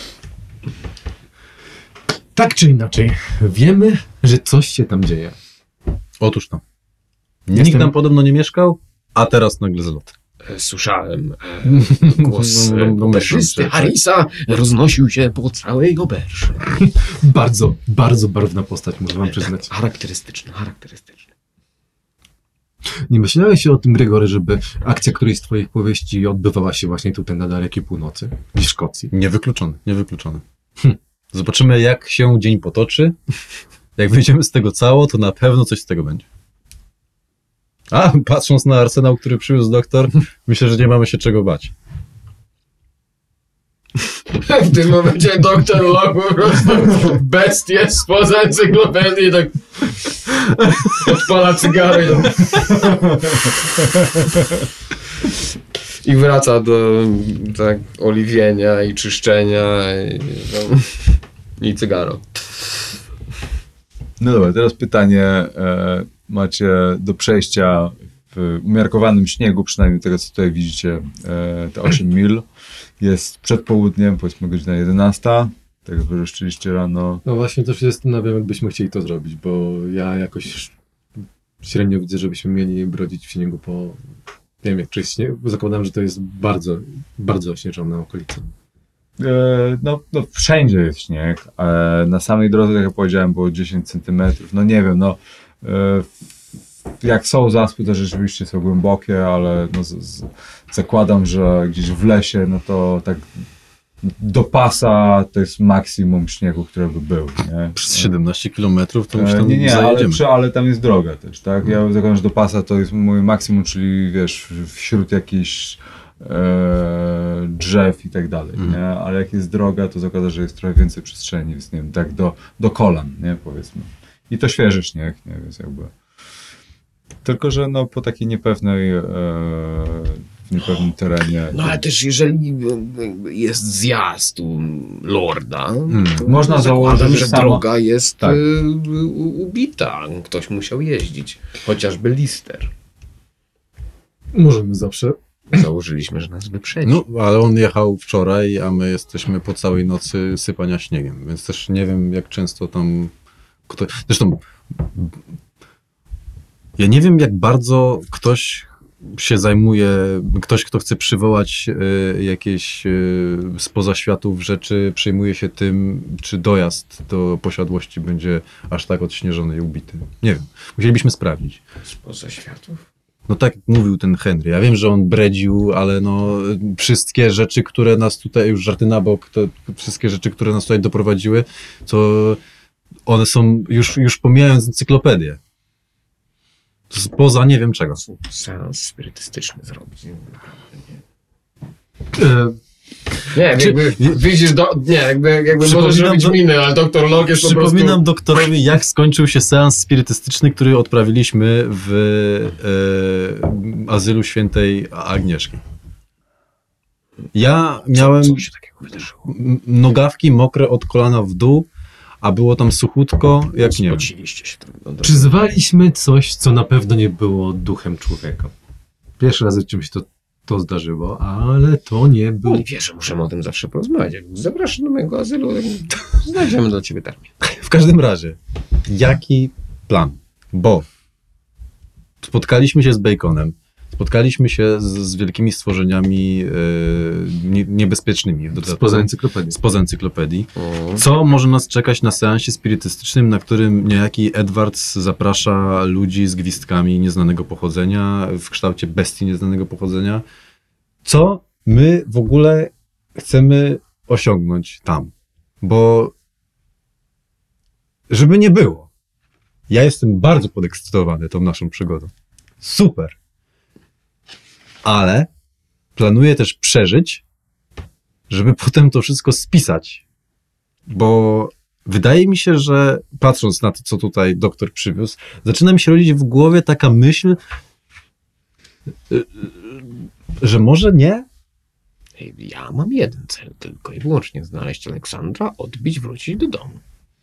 Tak czy inaczej, wiemy, że coś się tam dzieje. Otóż to. Jestem- Nikt tam podobno nie mieszkał, a teraz nagle zlot. E, Słyszałem e, głos No, no, no, oberzysty myślę, że- Harrisa roznosił się po całej oberży. Bardzo, bardzo barwna postać, muszę wam przyznać. Charakterystyczny, charakterystyczny. Nie myślałeś o tym, Gregory, żeby akcja którejś z twoich powieści odbywała się właśnie tutaj na dalekiej północy, w Szkocji? Niewykluczony, niewykluczony. Hm. Zobaczymy, jak się dzień potoczy. Jak wyjdziemy z tego cało, to na pewno coś z tego będzie. A, patrząc na arsenał, który przywiózł doktor, myślę, że nie mamy się czego bać. W tym momencie doktor Locke po prostu bestie spoza encyklopedii tak odpala cygary i wraca do tak oliwienia i czyszczenia i, no, i cygaro. No dobra, teraz pytanie e, macie do przejścia w umiarkowanym śniegu, przynajmniej tego, co tutaj widzicie, e, te osiem mil. Jest przed południem, powiedzmy godzina jedenasta, tak jak wyryszczyliście rano. No właśnie też się zastanawiam, jakbyśmy chcieli to zrobić, bo ja jakoś średnio widzę, żebyśmy mieli brodzić w śniegu po... Nie wiem, jak czy śnieg, bo zakładam, że to jest bardzo, bardzo ośnieżona okolica. E, no, no wszędzie jest śnieg. E, na samej drodze, jak ja powiedziałem, było dziesięć centymetrów. No nie wiem, no e, jak są zaspy, to rzeczywiście są głębokie, ale no, z, z, zakładam, że gdzieś w lesie, no to tak do pasa to jest maksimum śniegu, który by był. Nie? Przez siedemnaście kilometrów to już E, tam nie, nie, ale, zajedziemy. przy, ale tam jest droga też, tak? Ja zakładam, że do pasa to jest mój maksimum, czyli wiesz, wśród jakichś e, drzew i tak dalej, Mhm. nie? Ale jak jest droga, to zakładam, że jest trochę więcej przestrzeni, więc nie wiem, tak do, do kolan, nie? Powiedzmy. I to świeży śnieg, nie? Więc jakby... Tylko, że no po takiej niepewnej, e, w niepewnym terenie... No ale też jeżeli jest zjazd u lorda, to Można zakładam, założyć, że że sama- droga jest Tak. y, u- ubita. Ktoś musiał jeździć. Chociażby Lister. Możemy zawsze. Założyliśmy, że nas wyprzedzi. No, ale on jechał wczoraj, a my jesteśmy po całej nocy sypania śniegiem, więc też nie wiem, jak często tam... Kto... Zresztą ja nie wiem, jak bardzo ktoś się zajmuje, ktoś, kto chce przywołać y, jakieś y, spoza światów rzeczy, przejmuje się tym, czy dojazd do posiadłości będzie aż tak odśnieżony i ubity. Nie wiem. Musielibyśmy sprawdzić. Spoza światów. No tak jak mówił ten Henry. Ja wiem, że on bredził, ale no wszystkie rzeczy, które nas tutaj, już żarty na bok, to wszystkie rzeczy, które nas tutaj doprowadziły, to one są, już, już pomijając encyklopedię. Spoza nie wiem czego. Seans spirytystyczny zrobić. E, Nie, Czy- jakby widzisz, do, nie, jakby, jakby możesz Przypominam robić do- miny, ale doktor Locke jest po prostu... Przypominam doktorowi, jak skończył się seans spirytystyczny, który odprawiliśmy w e, azylu świętej Agnieszki. Ja miałem Co się takiego wydarzyło? m- nogawki mokre od kolana w dół, a było tam suchutko, jak nie wiem. Spociliście się tam. Przyzwaliśmy coś, co na pewno nie było duchem człowieka. Pierwszy raz w czymś to, to zdarzyło, ale to nie był... No i wiesz, że możemy o tym zawsze porozmawiać. Jak zapraszasz do mojego azylu, to znajdziemy dla ciebie termin. W każdym razie, jaki plan? Bo spotkaliśmy się z Baconem, spotkaliśmy się z, z wielkimi stworzeniami e, nie, niebezpiecznymi w dodatku, Spoza encyklopedii. spoza encyklopedii. Co może nas czekać na seansie spirytystycznym, na którym niejaki Edwards zaprasza ludzi z gwizdkami nieznanego pochodzenia, w kształcie bestii nieznanego pochodzenia? Co my w ogóle chcemy osiągnąć tam? Bo żeby nie było, ja jestem bardzo podekscytowany tą naszą przygodą. Super! Ale planuję też przeżyć, żeby potem to wszystko spisać. Bo wydaje mi się, że patrząc na to, co tutaj doktor przywiózł, zaczyna mi się rodzić w głowie taka myśl, Że może nie? Ej, ja mam jeden cel tylko i wyłącznie. Znaleźć Aleksandra, odbić, wrócić do domu.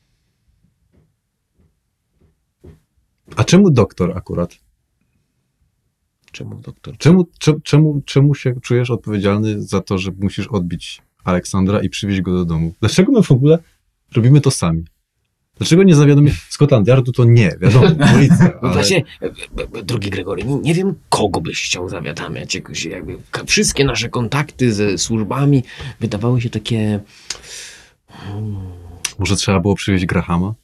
A czemu doktor akurat? Czemu doktor? Czemu, cze- czemu, czemu się czujesz odpowiedzialny za to, że musisz odbić Aleksandra i przywieźć go do domu? Dlaczego my w ogóle robimy to sami? Dlaczego nie zawiadomić Scotland Yardu? To nie, wiadomo, policja. No Ale... właśnie, e, e, drogi Gregory, nie, nie wiem, kogo byś chciał zawiadamiać. Jakoś jakby ka- wszystkie nasze kontakty ze służbami wydawały się takie... Hmm, Może trzeba było przywieźć Grahama?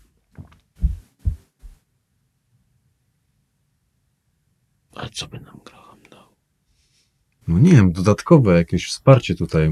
a co by nam Graham dał? No nie wiem, dodatkowe jakieś wsparcie tutaj.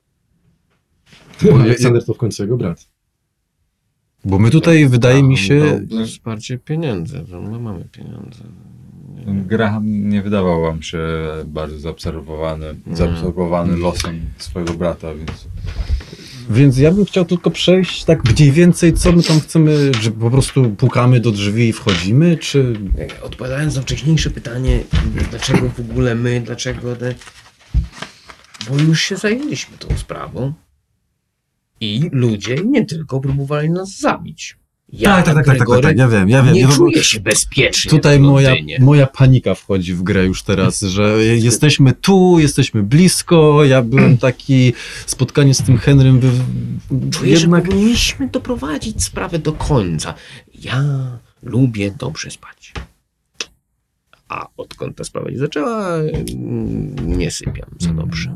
Bo Aleksander to w końcu jego brat. Bo my tutaj, wydaje mi się... Dał wsparcie pieniędzy, że my mamy pieniądze. Graham nie wydawał wam się bardzo zaobserwowany, zaabsorbowany losem swojego brata, więc Więc ja bym chciał tylko przejść tak mniej więcej, co my tam chcemy, że po prostu pukamy do drzwi i wchodzimy, czy... Odpowiadając na wcześniejsze pytanie, dlaczego w ogóle my, dlaczego te... Bo już się zajęliśmy tą sprawą i ludzie nie tylko próbowali nas zabić. Ja, Gregory, ja wiem, ja wiem. nie Ja czuję się bezpiecznie Tutaj w moja, Londynie. moja panika wchodzi w grę już teraz, że jesteśmy tu, jesteśmy blisko, ja byłem taki, spotkanie z tym Henrym, by... Czuję, jednak... że powinniśmy doprowadzić sprawę do końca. Ja lubię dobrze spać. A odkąd ta sprawa się zaczęła, mm, nie sypiam za dobrze.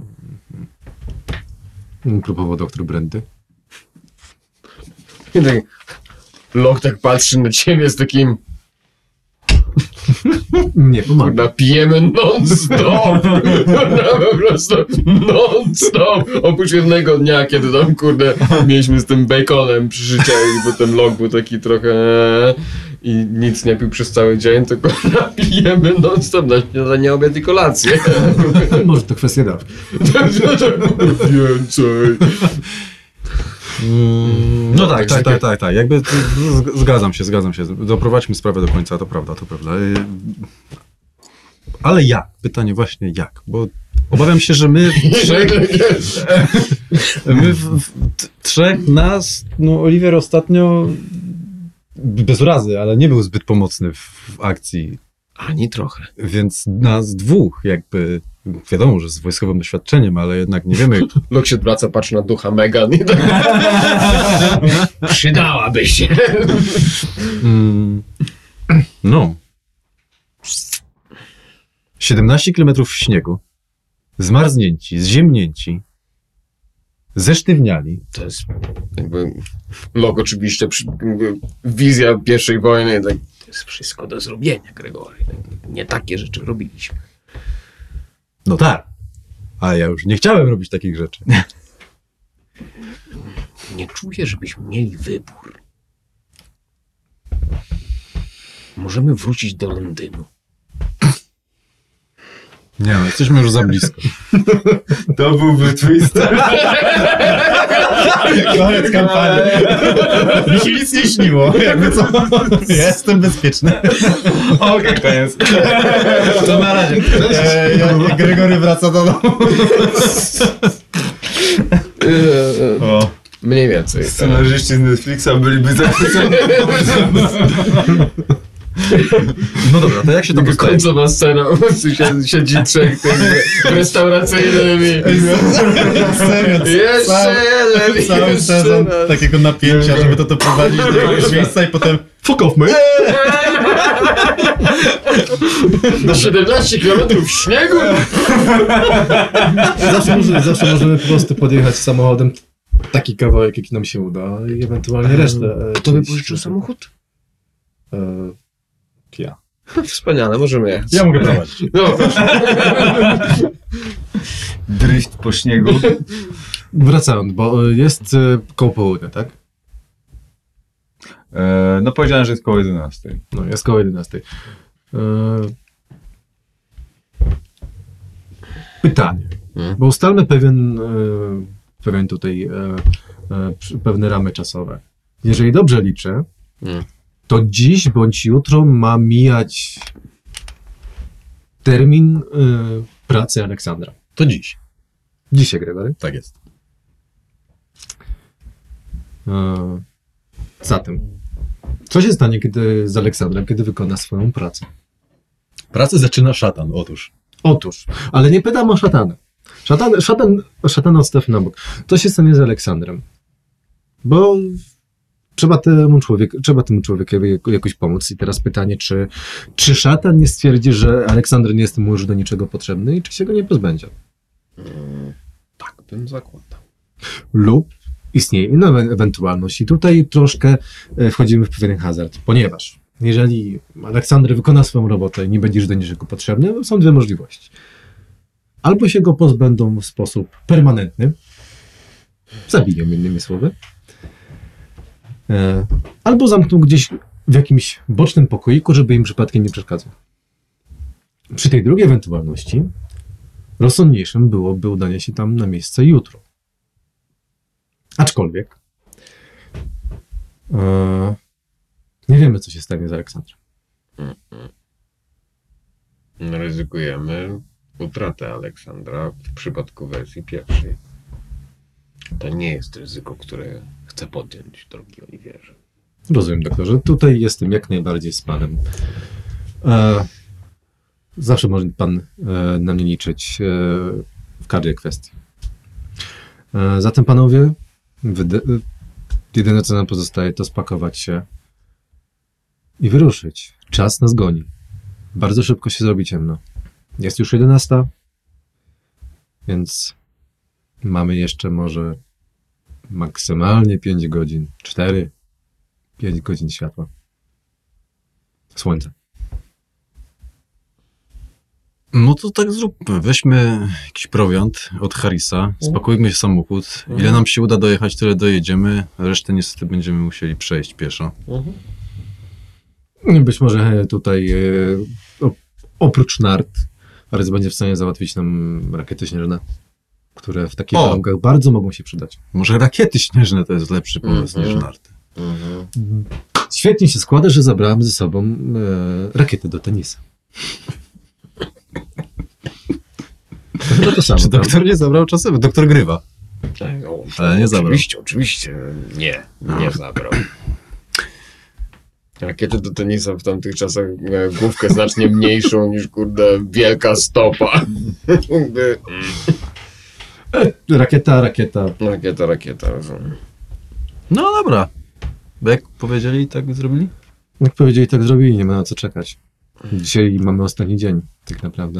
Próbował doktor Brandy. I tak, Locke tak patrzy na ciebie z takim... Nie pomaga. Kurna, pijemy non-stop. Kurna, po prostu non-stop. Oprócz jednego dnia, kiedy tam, kurde, mieliśmy z tym baconem przy życiu i potem Locke był taki trochę... I nic nie pił przez cały dzień, tylko pijemy non-stop na śniadanie, obiad i kolację. Może to kwestia dawki. Więcej. Mm, no tak, tak, tak, tak, tak, tak. Jakby z- zgadzam się, zgadzam się. Doprowadźmy sprawę do końca, to prawda, to prawda. Y, Ale jak? Pytanie właśnie jak? Bo obawiam się, że my w trzech, my w, w t- trzech nas, no Oliver ostatnio bez urazy, ale nie był zbyt pomocny w, w akcji, Ani trochę. więc nas dwóch jakby, wiadomo, że z wojskowym doświadczeniem, ale jednak nie wiemy, Locke się odwraca, patrzy na ducha Megan i tak... Przydałaby się. Mm, no. siedemnaście kilometrów śniegu, zmarznięci, zziemnięci, zesztywniali. To jest jakby Locke oczywiście, przy, jakby wizja pierwszej wojny, tak, to jest wszystko do zrobienia, Gregory. Nie takie rzeczy robiliśmy. No tak, ale ja już nie chciałem robić takich rzeczy. Nie czuję, żebyśmy mieli wybór. Możemy wrócić do Londynu. Nie no, jesteśmy już za blisko. to byłby twist. Koniec kampanii. Mi się nic nie śniło. Jakby co? Ja jestem bezpieczny. Okej, okay, koniec. To na razie. E, ja, ja, Gregory wraca do domu. O, Mniej więcej. scenarzyści z Netflixa byliby zachwyceni. No dobra, to jak się to Taka postawi? końcowa scena, po prostu siedzi, siedzi trzech tymi restauracyjnymi. Serio, Jeszcze cały, jeden, cały jeszcze sezon raz. takiego napięcia, żeby to doprowadzić do jakiegoś miejsca i potem fuck off, mate. siedemnaście kilometrów śniegu? Zawsze, może, zawsze możemy po prostu podjechać samochodem taki kawałek, jaki nam się uda i ewentualnie resztę. e, Kto by gdzieś- pożyczył samochód? E, ja. Wspaniale, możemy jechać. Ja mogę prowadzić. No, proszę. Drift po śniegu. Wracając, bo e, jest e, koło południa, tak? E, no powiedziałem, że jest koło jedenastej. No, jest koło jedenastej. E, pytanie. Hmm? Bo ustalmy pewien, e, pewien tutaj e, e, przy- pewne ramy czasowe. Jeżeli dobrze liczę, Hmm. to dziś bądź jutro ma mijać termin y, pracy Aleksandra. To dziś. Dzisiaj, Gregory. Tak jest. E, zatem, co się stanie kiedy, z Aleksandrem, kiedy wykona swoją pracę? Pracę zaczyna szatan, otóż. Otóż, ale nie pytam o szatana. Szatan, szatan, szatana odstaw na bok. Co się stanie z Aleksandrem? Bo trzeba temu, człowiek, trzeba temu człowiekowi jakoś pomóc. I teraz pytanie, czy, czy szatan nie stwierdzi, że Aleksander nie jest mu już do niczego potrzebny i czy się go nie pozbędzie? Mm, tak bym zakładał. Lub istnieje inna e- ewentualność. I tutaj troszkę e, wchodzimy w pewien hazard, ponieważ jeżeli Aleksander wykona swoją robotę i nie będziesz do niczego potrzebny, to są dwie możliwości. Albo się go pozbędą w sposób permanentny, zabiją innymi słowy, e, albo zamkną gdzieś w jakimś bocznym pokoiku, żeby im przypadkiem nie przeszkadzał. Przy tej drugiej ewentualności rozsądniejszym byłoby udanie się tam na miejsce jutro. Aczkolwiek e, nie wiemy, co się stanie z Aleksandrem. Ryzykujemy utratę Aleksandra w przypadku wersji pierwszej. To nie jest ryzyko, które chcę podjąć, drogi Oliwierze. Rozumiem, doktorze. Tutaj jestem jak najbardziej z panem. E, zawsze może pan e, na mnie liczyć e, w każdej kwestii. E, zatem, panowie, wyde- jedyne, co nam pozostaje, to spakować się i wyruszyć. Czas nas goni. Bardzo szybko się zrobi ciemno. Jest już jedenasta, więc mamy jeszcze może maksymalnie pięć godzin, cztery, pięć godzin światła. Słońce. No to tak zróbmy. Weźmy jakiś prowiant od Harrisa, spakujmy się w samochód. Ile nam się uda dojechać, tyle dojedziemy. Resztę niestety będziemy musieli przejść pieszo. Być może tutaj e, o, oprócz nart Harris będzie w stanie załatwić nam rakiety śnieżne, które w takich O! warunkach bardzo mogą się przydać. Może rakiety śnieżne to jest lepszy pomysł Mhm. niż narty. Mhm. Świetnie się składa, że zabrałem ze sobą e, rakiety do tenisa. To chyba to samo. Czy doktor nie zabrał czasem? Doktor grywa. Tak, o, Ale nie zabrał. Oczywiście, oczywiście. Nie, nie zabrał. Rakiety do tenisa w tamtych czasach miały główkę znacznie mniejszą niż, kurde, wielka stopa. Jakby, Rakieta, rakieta. rakieta, rakieta. rozumiem. No dobra. Bo jak powiedzieli, tak zrobili? Jak powiedzieli, tak zrobili, nie ma na co czekać. Dzisiaj mamy ostatni dzień, tak naprawdę.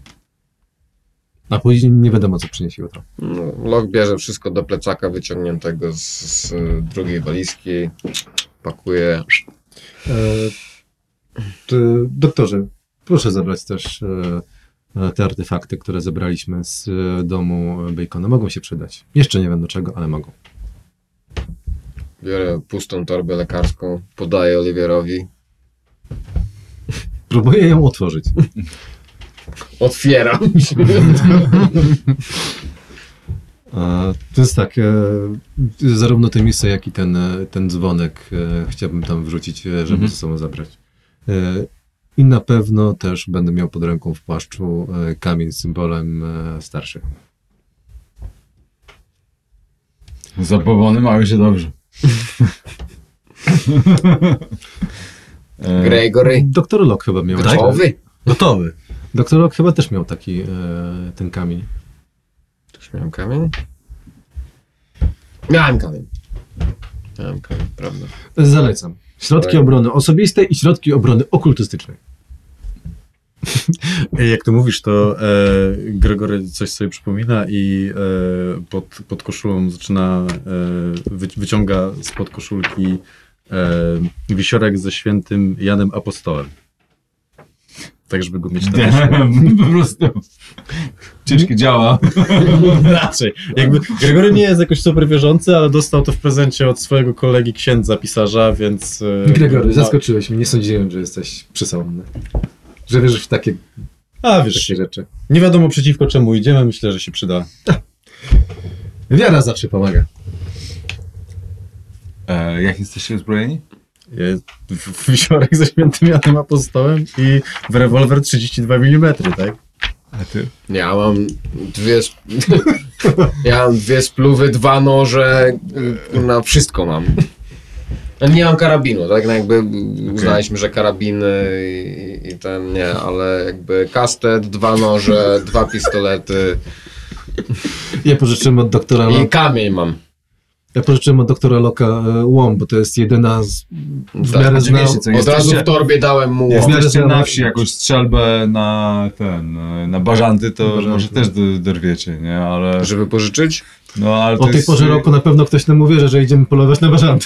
A później nie wiadomo, co przyniesie jutro. No, Locke bierze wszystko do plecaka wyciągniętego z, z drugiej walizki, pakuje. E, czy, doktorze, proszę zabrać też e, te artefakty, które zebraliśmy z e, domu Bacona. Mogą się przydać. Jeszcze nie wiem do czego, ale mogą. Biorę pustą torbę lekarską, podaję Oliwierowi. Próbuję ją otworzyć. Otwieram. E, to jest tak, e, zarówno tę misę, jak i ten, e, ten dzwonek e, chciałbym tam wrzucić, e, żeby Mhm. ze sobą zabrać. E, I na pewno też będę miał pod ręką w płaszczu e, kamień z symbolem e, starszych. Zabobony mały się dobrze. E, Gregory, Doktor Locke chyba miał. gotowy? Gotowy. Doktor Locke chyba też miał taki e, ten kamień. Też miałem kamień? Miałem kamień. Miałem kamień, prawda. Zalecam. Środki Tak. obrony osobistej i środki obrony okultystycznej. Jak ty mówisz, to e, Gregory coś sobie przypomina i e, pod, pod koszulą zaczyna, e, wy, wyciąga spod koszulki e, wisiorek ze świętym Janem Apostołem. Tak, żeby go mieć na Damn, po prostu. Ciężkie działa. Raczej. Jakby Gregory nie jest jakoś super wierzący, ale dostał to w prezencie od swojego kolegi księdza pisarza, więc... e, Gregory, ma- zaskoczyłeś mnie. Nie sądziłem, że jesteś przesądny. Że wierzysz w takie, A wiesz, takie rzeczy. nie wiadomo przeciwko czemu idziemy, myślę, że się przyda. Wiara zawsze pomaga. E, jak jesteście uzbrojeni? Jest w- wisiorek ze świętym Janem Apostołem i w rewolwer trzydzieści dwa milimetry, tak? A ty? Ja mam dwie... sp- ja mam dwie spluwy, dwa noże, y, na wszystko mam. Nie mam karabinu, tak? No jakby uznaliśmy, że karabiny i, i ten nie, ale jakby kastet, dwa noże, dwa pistolety Ja pożyczyłem od doktora i Loka, kamień mam. ja pożyczyłem od doktora Loka e, łom, bo to jest jedyna z, w Tak, miarę znał, oczywiście, co Od razu w torbie dałem mu łom. w miarę Jesteście znał- na wsi jakąś strzelbę na ten, na bażanty, to Bażanty. może też do- dorwiecie, nie? Ale, Żeby pożyczyć? no, ale to O tej jest, porze roku na pewno ktoś nam uwierzy, że idziemy polować na bażanty.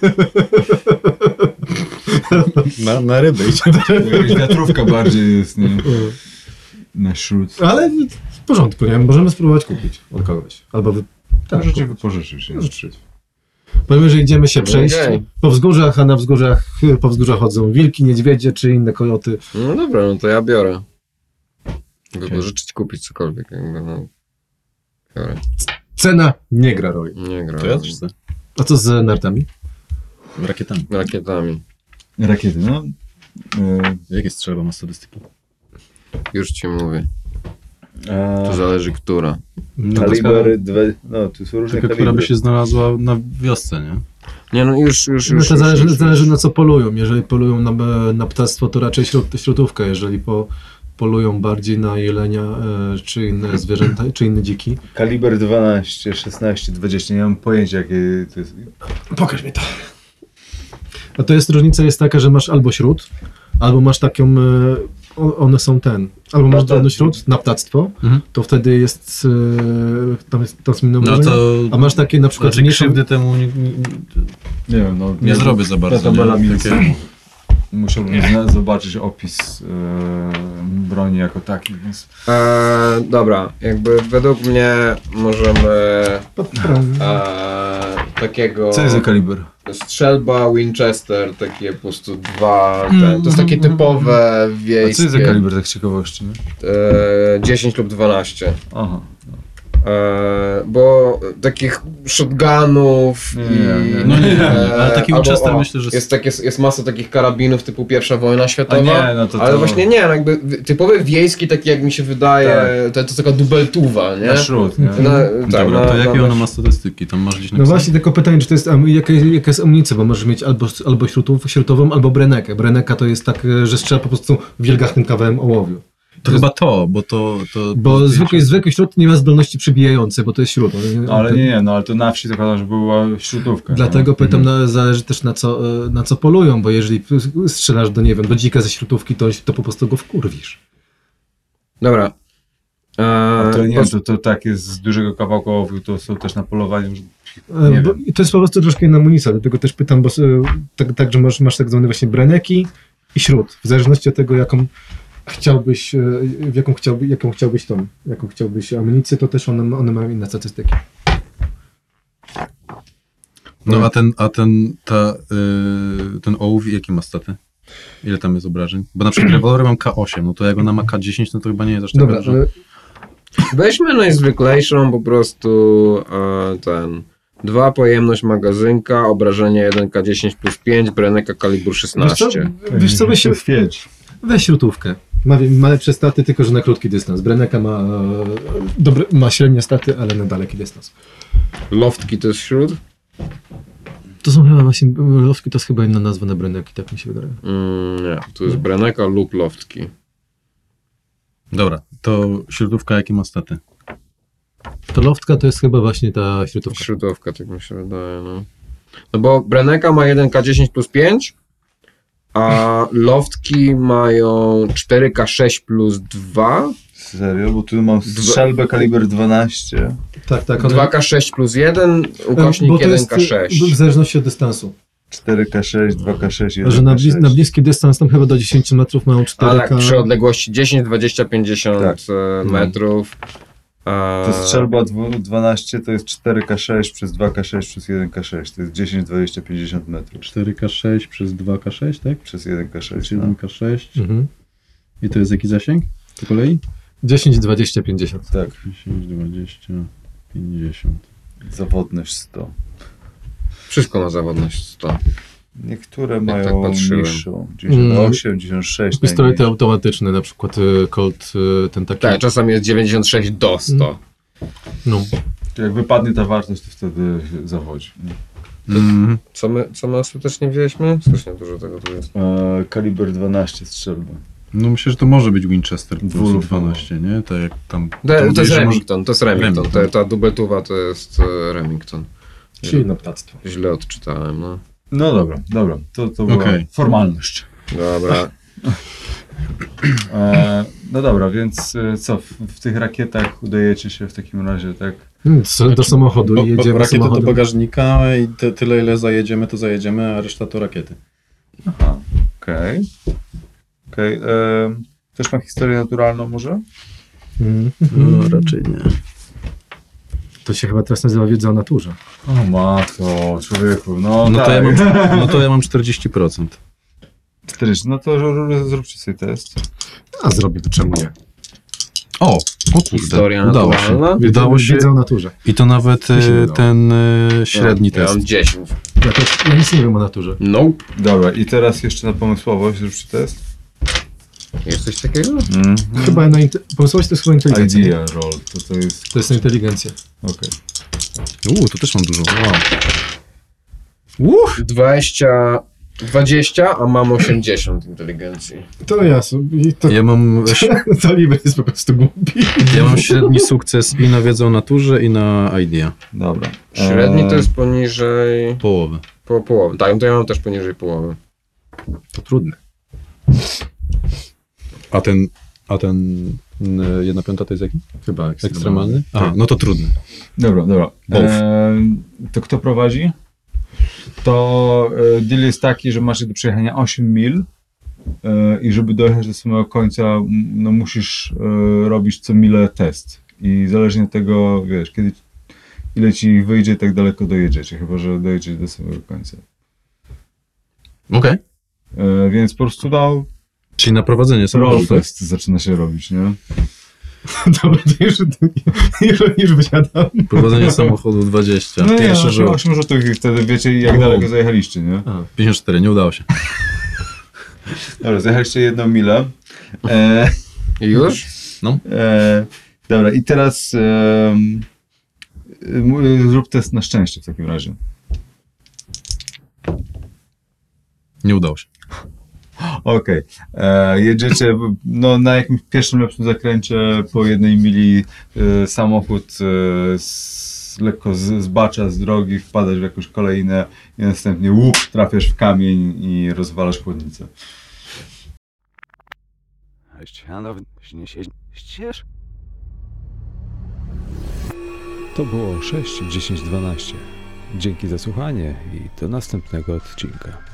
Na, na ryby idzie. jakaś wiatrówka bardziej jest, nie? Na śród. Ale w porządku, nie? Możemy spróbować kupić od kogoś. Albo wy... tak, Możecie wypożyczyć. Nie? pożyczyć. Powiemy, że idziemy się przejść Okej. po wzgórzach, a na wzgórzach, po wzgórzach chodzą wilki, niedźwiedzie czy inne kojoty. No dobra, no to ja biorę. Wypożyczyć, kupić cokolwiek. Jakby, no. Biorę. Cena nie gra roli. Nie gra. To ja też chcę. A co z nartami? Rakietami. Rakietami. Rakiety, no. E, Jakie strzelba ma statystyki? Już ci mówię. a, To zależy która. No, Kaliber, dwie, no tu są różne Taka, która by kalibry. się znalazła na wiosce, nie? Nie no już, już, No już. to już, zależy, już, zależy już. na co polują. Jeżeli polują na, na ptactwo, to raczej śrut, śrutówkę. Jeżeli po, polują bardziej na jelenia e, czy inne zwierzęta, czy inne dziki. Kaliber dwanaście, szesnaście, dwadzieścia. nie mam pojęcia, jakie to jest. Pokaż mi to. A to jest różnica jest taka, że masz albo śród, albo masz taką, e, o- one są ten, albo masz No to- dolny śród na ptactwo, Mhm. to wtedy jest, e, tam jest, tam są inne No obrażenia. to A masz takie na przykład, raczej że nie są, krzywdy temu nie, nie, Nie wiem, no. nie zrobię za bardzo. Ta tabela nie? mi Takie- Musiałbym zna- zobaczyć opis e, broni jako taki, więc. Eee, dobra, jakby według mnie możemy eee, takiego Co jest za kaliber? strzelba Winchester, takie po prostu dwa, Mm, ten, to jest takie mm, typowe A co wiejskie, jest za kaliber, tak z ciekawości, nie? eee, dziesięć lub dwanaście. Aha. Eee, bo takich shotgunów Nie, i... nie, nie. No nie, nie, eee, ale taki albo, Winchester o, myślę, że... Jest, tak, jest, jest masa takich karabinów typu pierwsza wojna A światowa, nie, no to ale to... właśnie nie, no jakby w- typowy wiejski, taki jak mi się wydaje, to, to jest taka dubeltuwa, nie? Na śród, nie? Na, tak, Dobra, na, to jakie na, ona ma statystyki? Tam masz gdzieś no napisane? właśnie tylko pytanie, czy to jest, am- jaka, jaka jest amunicja, bo możesz mieć albo, albo śrutów, śrutową, albo brenekę. Breneka to jest tak, e, że strzela po prostu wielgachnym kawałem ołowiu. To chyba to, bo to... to Bo to zwykły, zwykły śrut nie ma zdolności przybijającej, bo to jest śrut. No, ale nie, nie, no ale to na wsi to chyba, że była śrutówka. Dlatego nie? pytam, na, zależy też na co, e, na co polują, bo jeżeli strzelasz do, nie wiem, do dzika ze śrutówki, to, to po prostu go wkurwisz. Dobra. A Eee, to nie, pos- to, to tak jest z dużego kawałka ołowiu, to są też na polowaniu, że... E, Nie bo, wiem. i to jest po prostu troszkę inna amunicja, dlatego też pytam, bo e, tak, tak że masz, masz tak zwane właśnie breneki i śrut, w zależności od tego, jaką chciałbyś, e, w jaką, chciałby, jaką chciałbyś tą, jaką chciałbyś amunicję, to też one, one mają inne statystyki. No a ten, a ten, ta, y, ten ołów, jaki ma staty? Ile tam jest obrażeń? Bo na przykład rewolwer mam K osiem, no to jak ona ma K dziesięć, no to chyba nie jest aż tak Dobra, dobrze. e, Weźmy najzwyklejszą po prostu e, ten. Dwa pojemność magazynka, obrażenie jeden K dziesięć plus pięć, breneka kalibru wiesz co, szesnaście. wiesz co, weź, Fieć. weź śrutówkę. Ma, ma lepsze staty, tylko że na krótki dystans. Breneka ma, e, dobre, ma średnie staty, ale na daleki dystans. Loftki to jest śród? To są chyba właśnie, lowki to jest chyba inna nazwa na breneki, tak mi się wydaje. Mm, nie, to jest breneka lub loftki. Dobra, to śrutówka jakie ma staty? To loftka to jest chyba właśnie ta śrutówka. Śrutówka, tak mi się wydaje, no. No bo breneka ma jeden K dziesięć plus pięć, a loftki mają cztery K sześć plus dwa, Serio, bo tu mam strzelbę kaliber dwanaście. Tak, tak. one- dwa K sześć plus jeden, bo ukośnik to jeden jest K sześć. w zależności od dystansu. cztery K sześć, dwa K sześć, Że na, jeden K blis, sześć. na bliski dystans tam chyba do dziesięć metrów mają A cztery K. tak, przy odległości dziesięć, dwadzieścia, pięćdziesiąt Tak. e, metrów. A, To strzelba dwu- dwanaście to jest cztery K sześć przez dwa K sześć przez jeden K sześć. To jest dziesięć, dwadzieścia, pięćdziesiąt metrów. cztery K sześć przez dwa K sześć, tak? Przez jeden K sześć. Przez No. jeden K sześć. Mhm. I to jest jaki zasięg po kolei? dziesięć, dwadzieścia, pięćdziesiąt. Tak, dziesięć, dwadzieścia, pięćdziesiąt. zawodność sto. Wszystko ma zawodność sto. Niektóre tak mają patrzyłem. niższą. dziewięćdziesiąt osiem, dziewięćdziesiąt sześć. Pistolety najmniejsze. automatyczne, na przykład y, Colt, y, ten taki. Tak, czasami jest dziewięćdziesiąt sześć do sto. No. Jak wypadnie ta wartość, to wtedy zawodzi. Mhm. Co my, co my ostatecznie wzięliśmy? Strasznie dużo tego tu jest. E, kaliber dwanaście strzelba. No myślę, że to może być Winchester plus Dwulufo. dwanaście, nie? Tak jak tam... To, tam to jest gdzieś, że może- Remington, to jest Remington. Remington. Ta, ta dubeltuwa to jest e, Remington. Czyli no ptactwo. Źle odczytałem, no. No dobra, dobra. To, to była Okej. formalność. Dobra. E, no dobra, więc e, co, w, w tych rakietach udajecie się w takim razie, tak? Hmm, co- do samochodu Bo- i bo jedziemy rakiety do samochodem. bagażnika i te, tyle ile zajedziemy, to zajedziemy, a reszta to rakiety. Aha. Okej. Okej. e, Też ma historię naturalną może? Mhm. No raczej nie. To się chyba teraz nazywa wiedza o naturze. O matko, człowieku, no, No, tak. to ja mam, no to ja mam czterdzieści procent. czterdzieści, no to r- r- zróbcie sobie test. A zrobię to czemu nie? O, o kurde, Historia udało się. naturalna? Udało się. Wiedza o naturze. I to nawet Mi się e, udało. ten e, średni ja test. mam dziesięć. Ja, to, ja nic nie wiem o naturze. Nope. Dobra, i teraz jeszcze na pomysłowość zróbcie test. Jest coś takiego? Mm. Chyba na inte- pomysłowość to jest chyba inteligencja. nie? Idea roll, to to jest, To jest na inteligencję. okej. Uuu, tu też mam dużo. Wow. dwadzieścia, dwadzieścia, a mam osiemdziesiąt inteligencji. To ja sobie... To, Ja mam, to Liber jest po prostu głupi. ja mam średni sukces i na wiedzę o naturze, i na idea. Dobra. Średni to Eee, jest poniżej Połowę. po połowy. Tak, to ja mam też poniżej połowy. To trudne. A ten, a ten e, jedna piąta to jest jaki? Chyba Ekstremalny? A, Tak. no to trudny. Dobra, dobra. Both. Eee, to kto prowadzi? To e, deal jest taki, że masz do przejechania osiem mil e, i żeby dojechać do samego końca, m, no musisz e, robić co milę test. I zależnie od tego, wiesz, kiedy, ile ci wyjdzie, tak daleko dojedziecie, chyba że dojedziecie do samego końca. Okej. E, więc po prostu no, Czyli na prowadzenie roll samochodu. tak? test zaczyna się robić, nie? Dobra, to już, już, już wysiadam. Prowadzenie samochodu dwadzieścia. No nie, Pierwszy no, rzut. osiem rzutów i wtedy wiecie, jak O. daleko zajechaliście, nie? A, pięćdziesiąt cztery, nie udało się. Dobra, zjechaliście jedną milę. E, I już? e, Dobra, i teraz em, m- zrób test na szczęście w takim razie. Nie udało się. Okej. E, Jedziecie w- no, na jakimś pierwszym lepszym zakręcie po jednej mili e, samochód e, z, lekko z, zbacza z drogi, wpadasz w jakąś kolejnę i następnie łup, trafiasz w kamień i rozwalasz chłodnicę. To było sześć, dziesięć, dwanaście. Dzięki za słuchanie i do następnego odcinka.